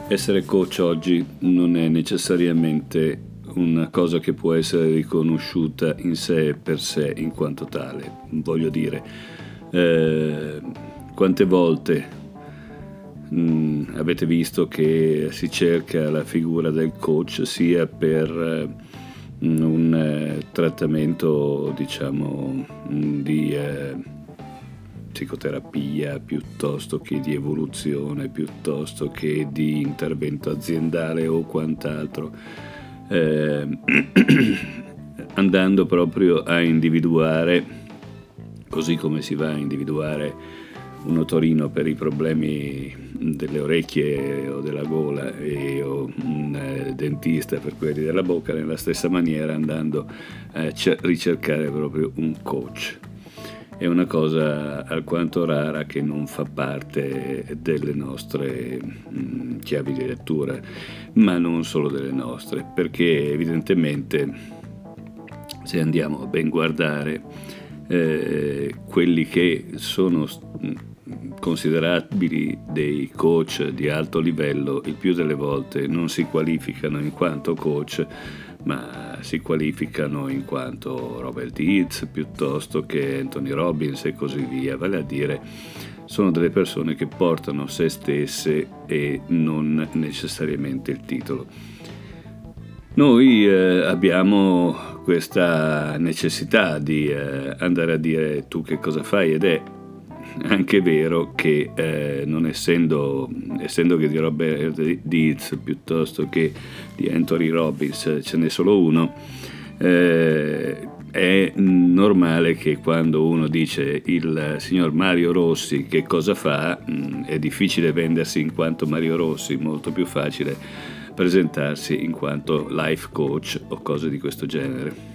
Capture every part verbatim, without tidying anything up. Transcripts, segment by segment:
Essere coach oggi non è necessariamente una cosa che può essere riconosciuta in sé e per sé in quanto tale. Voglio dire, eh, quante volte mh, avete visto che si cerca la figura del coach sia per eh, un eh, trattamento, diciamo, mh, di eh, psicoterapia piuttosto che di evoluzione, piuttosto che di intervento aziendale o quant'altro, eh, andando proprio a individuare, così come si va a individuare un otorino per i problemi delle orecchie o della gola e, o un eh, dentista per quelli della bocca, nella stessa maniera andando a c- ricercare proprio un coach. È una cosa alquanto rara che non fa parte delle nostre mh, chiavi di lettura, ma non solo delle nostre, perché evidentemente se andiamo a ben guardare eh, quelli che sono considerabili dei coach di alto livello, il più delle volte non si qualificano in quanto coach, ma si qualificano in quanto Robert Dietz piuttosto che Anthony Robbins e così via, vale a dire sono delle persone che portano se stesse e non necessariamente il titolo. Noi eh, abbiamo questa necessità di eh, andare a dire tu che cosa fai, ed è anche vero che eh, non essendo, essendo che di Robert Dietz piuttosto che di Anthony Robbins ce n'è solo uno, eh, è normale che quando uno dice il signor Mario Rossi che cosa fa, mh, è difficile vendersi in quanto Mario Rossi, molto più facile presentarsi in quanto life coach o cose di questo genere.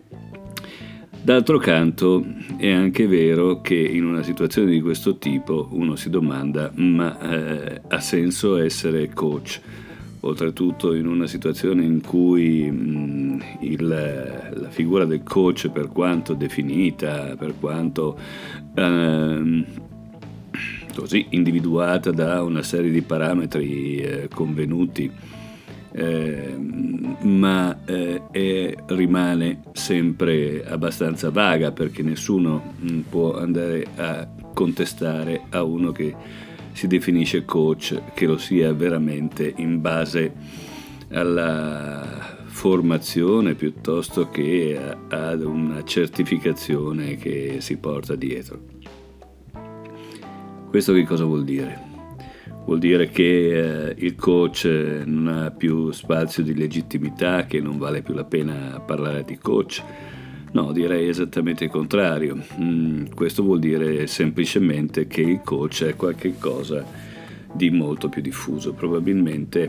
D'altro canto è anche vero che in una situazione di questo tipo uno si domanda ma eh, ha senso essere coach? Oltretutto in una situazione in cui mh, il, la figura del coach, per quanto definita, per quanto eh, così individuata da una serie di parametri eh, convenuti, Eh, ma eh, è, rimane sempre abbastanza vaga, perché nessuno mh, può andare a contestare a uno che si definisce coach che lo sia veramente in base alla formazione piuttosto che ad una certificazione che si porta dietro. Questo che cosa vuol dire? Vuol dire che eh, il coach non ha più spazio di legittimità, che non vale più la pena parlare di coach? No, direi esattamente il contrario. Mm, questo vuol dire semplicemente che il coach è qualcosa di molto più diffuso. Probabilmente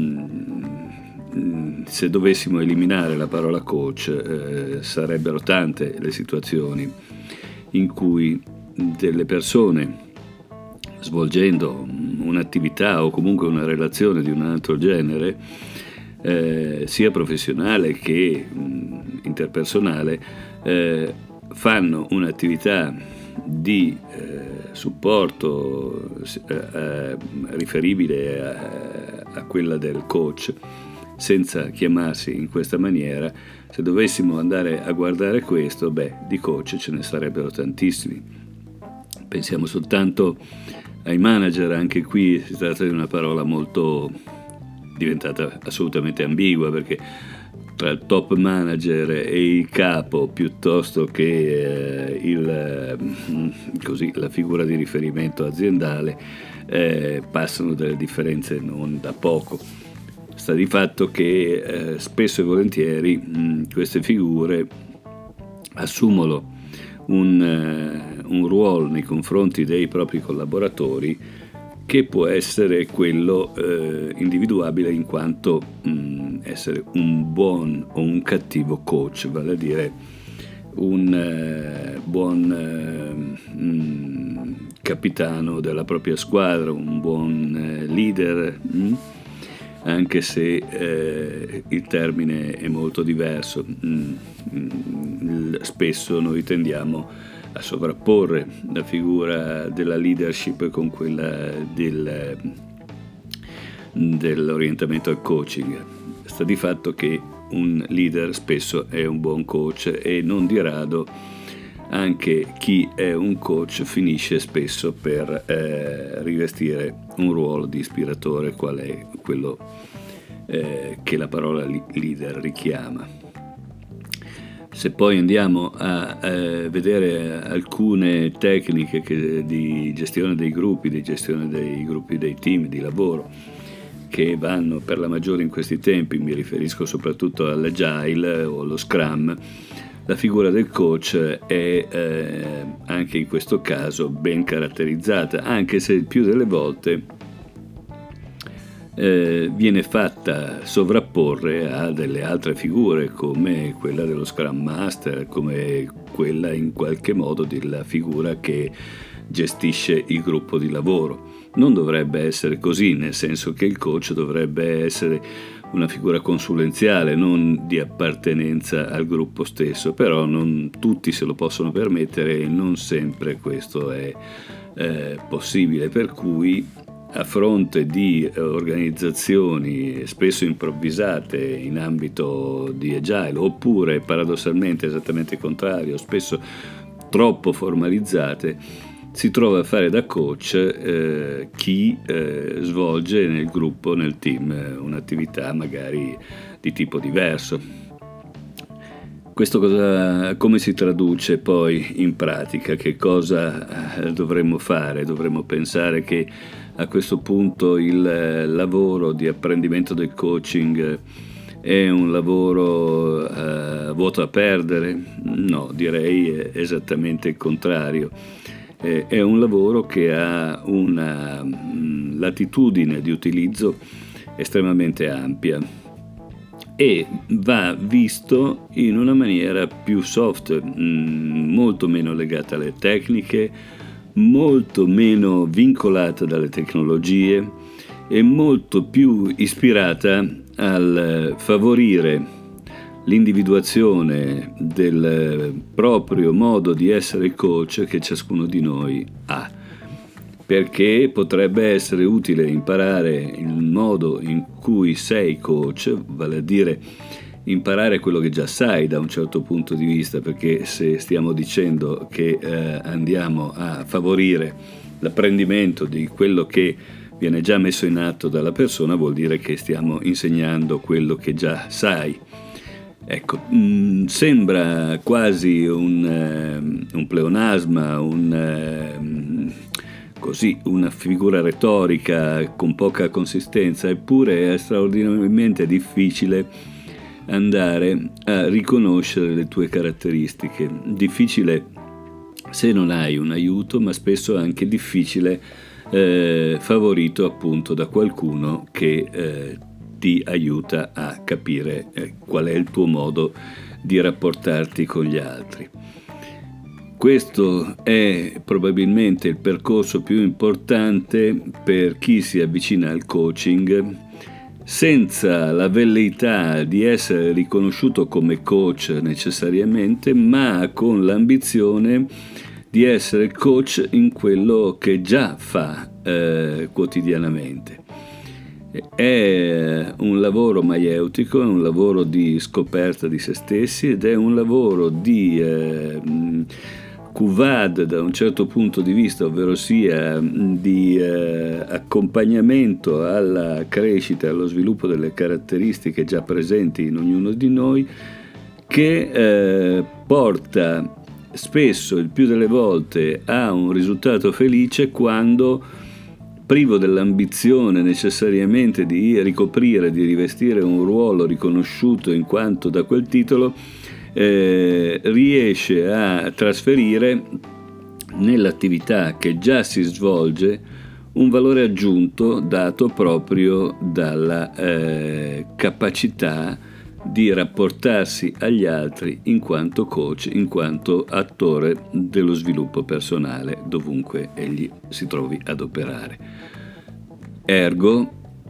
mm, se dovessimo eliminare la parola coach eh, sarebbero tante le situazioni in cui delle persone, svolgendo un'attività o comunque una relazione di un altro genere, eh, sia professionale che mh, interpersonale, eh, fanno un'attività di eh, supporto eh, riferibile a, a quella del coach, senza chiamarsi in questa maniera. Se dovessimo andare a guardare questo, beh, di coach ce ne sarebbero tantissimi. Pensiamo soltanto ai manager, anche qui si tratta di una parola molto diventata assolutamente ambigua, perché tra il top manager e il capo, piuttosto che eh, il, eh, così, la figura di riferimento aziendale, eh, passano delle differenze non da poco. Sta di fatto che eh, spesso e volentieri mh, queste figure assumono un, uh, un ruolo nei confronti dei propri collaboratori che può essere quello uh, individuabile in quanto mh, essere un buon o un cattivo coach, vale a dire un uh, buon uh, mh, capitano della propria squadra, un buon uh, leader, mh? anche se eh, il termine è molto diverso. Mm, mm, spesso noi tendiamo a sovrapporre la figura della leadership con quella del, dell'orientamento al coaching. Sta di fatto che un leader spesso è un buon coach, e non di rado anche chi è un coach finisce spesso per eh, rivestire un ruolo di ispiratore, qual è quello eh, che la parola leader richiama. Se poi andiamo a eh, vedere alcune tecniche che, di gestione dei gruppi, di gestione dei gruppi, dei team di lavoro, che vanno per la maggiore in questi tempi, mi riferisco soprattutto all'Agile o allo Scrum, la figura del coach è eh, anche in questo caso ben caratterizzata, anche se il più delle volte eh, viene fatta sovrapporre a delle altre figure, come quella dello Scrum Master, come quella in qualche modo della figura che gestisce il gruppo di lavoro. Non dovrebbe essere così, nel senso che il coach dovrebbe essere una figura consulenziale, non di appartenenza al gruppo stesso, però non tutti se lo possono permettere e non sempre questo è eh, possibile, per cui a fronte di organizzazioni spesso improvvisate in ambito di Agile, oppure paradossalmente esattamente il contrario, spesso troppo formalizzate, si trova a fare da coach eh, chi eh, svolge nel gruppo, nel team, un'attività magari di tipo diverso. Questo cosa, come si traduce poi in pratica? Che cosa eh, dovremmo fare? Dovremmo pensare che a questo punto il eh, lavoro di apprendimento del coaching è un lavoro eh, vuoto a perdere? No, direi esattamente il contrario. È un lavoro che ha una latitudine di utilizzo estremamente ampia e va visto in una maniera più soft, molto meno legata alle tecniche, molto meno vincolata dalle tecnologie e molto più ispirata al favorire l'individuazione del proprio modo di essere coach che ciascuno di noi ha, perché potrebbe essere utile imparare il modo in cui sei coach, vale a dire imparare quello che già sai da un certo punto di vista, perché se stiamo dicendo che eh, andiamo a favorire l'apprendimento di quello che viene già messo in atto dalla persona, vuol dire che stiamo insegnando quello che già sai. Ecco, mh, sembra quasi un, eh, un pleonasma, un, eh, così, una figura retorica con poca consistenza, eppure è straordinariamente difficile andare a riconoscere le tue caratteristiche. Difficile se non hai un aiuto, ma spesso anche difficile eh, favorito appunto da qualcuno che eh, ti aiuta a capire eh, qual è il tuo modo di rapportarti con gli altri. Questo è probabilmente il percorso più importante per chi si avvicina al coaching, senza la velleità di essere riconosciuto come coach necessariamente, ma con l'ambizione di essere coach in quello che già fa eh, quotidianamente. È un lavoro maieutico, è un lavoro di scoperta di se stessi ed è un lavoro di eh, Q V A D da un certo punto di vista, ovvero sia di eh, accompagnamento alla crescita e allo sviluppo delle caratteristiche già presenti in ognuno di noi, che eh, porta spesso, il più delle volte, a un risultato felice quando, privo dell'ambizione necessariamente di ricoprire, di rivestire un ruolo riconosciuto in quanto da quel titolo, eh, riesce a trasferire nell'attività che già si svolge un valore aggiunto dato proprio dalla eh, capacità di rapportarsi agli altri in quanto coach, in quanto attore dello sviluppo personale dovunque egli si trovi ad operare. Ergo,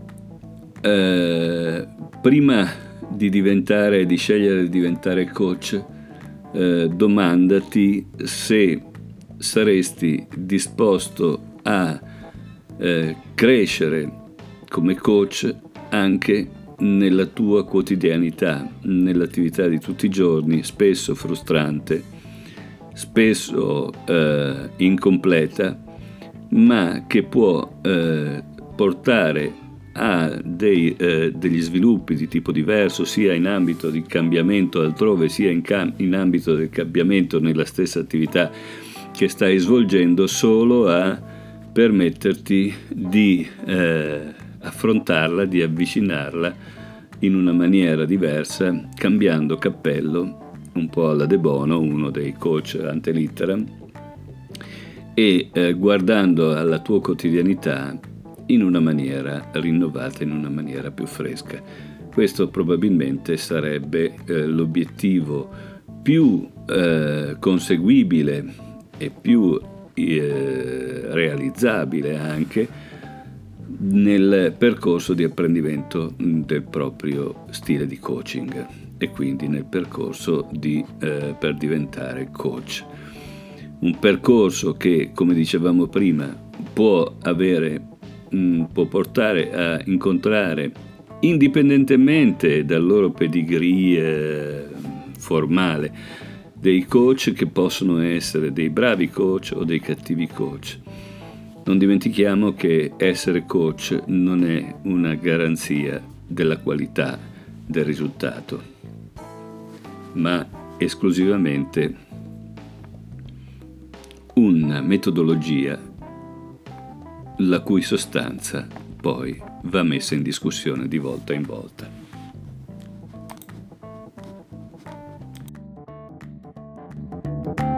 eh, prima di diventare, di scegliere di diventare coach, eh, domandati se saresti disposto a eh, crescere come coach anche nella tua quotidianità, nell'attività di tutti i giorni, spesso frustrante, spesso eh, incompleta, ma che può eh, portare a dei, eh, degli sviluppi di tipo diverso, sia in ambito di cambiamento altrove, sia in, cam- in ambito del cambiamento nella stessa attività che stai svolgendo, solo a permetterti di eh, affrontarla, di avvicinarla in una maniera diversa, cambiando cappello, un po' alla De Bono, uno dei coach ante litteram, e eh, guardando alla tua quotidianità in una maniera rinnovata, in una maniera più fresca. Questo probabilmente sarebbe eh, l'obiettivo più eh, conseguibile e più eh, realizzabile anche nel percorso di apprendimento del proprio stile di coaching e quindi nel percorso di, eh, per diventare coach. Un percorso che, come dicevamo prima, può avere può portare a incontrare, indipendentemente dal loro pedigree eh, formale, dei coach che possono essere dei bravi coach o dei cattivi coach. Non dimentichiamo che essere coach non è una garanzia della qualità del risultato, ma esclusivamente una metodologia la cui sostanza poi va messa in discussione di volta in volta.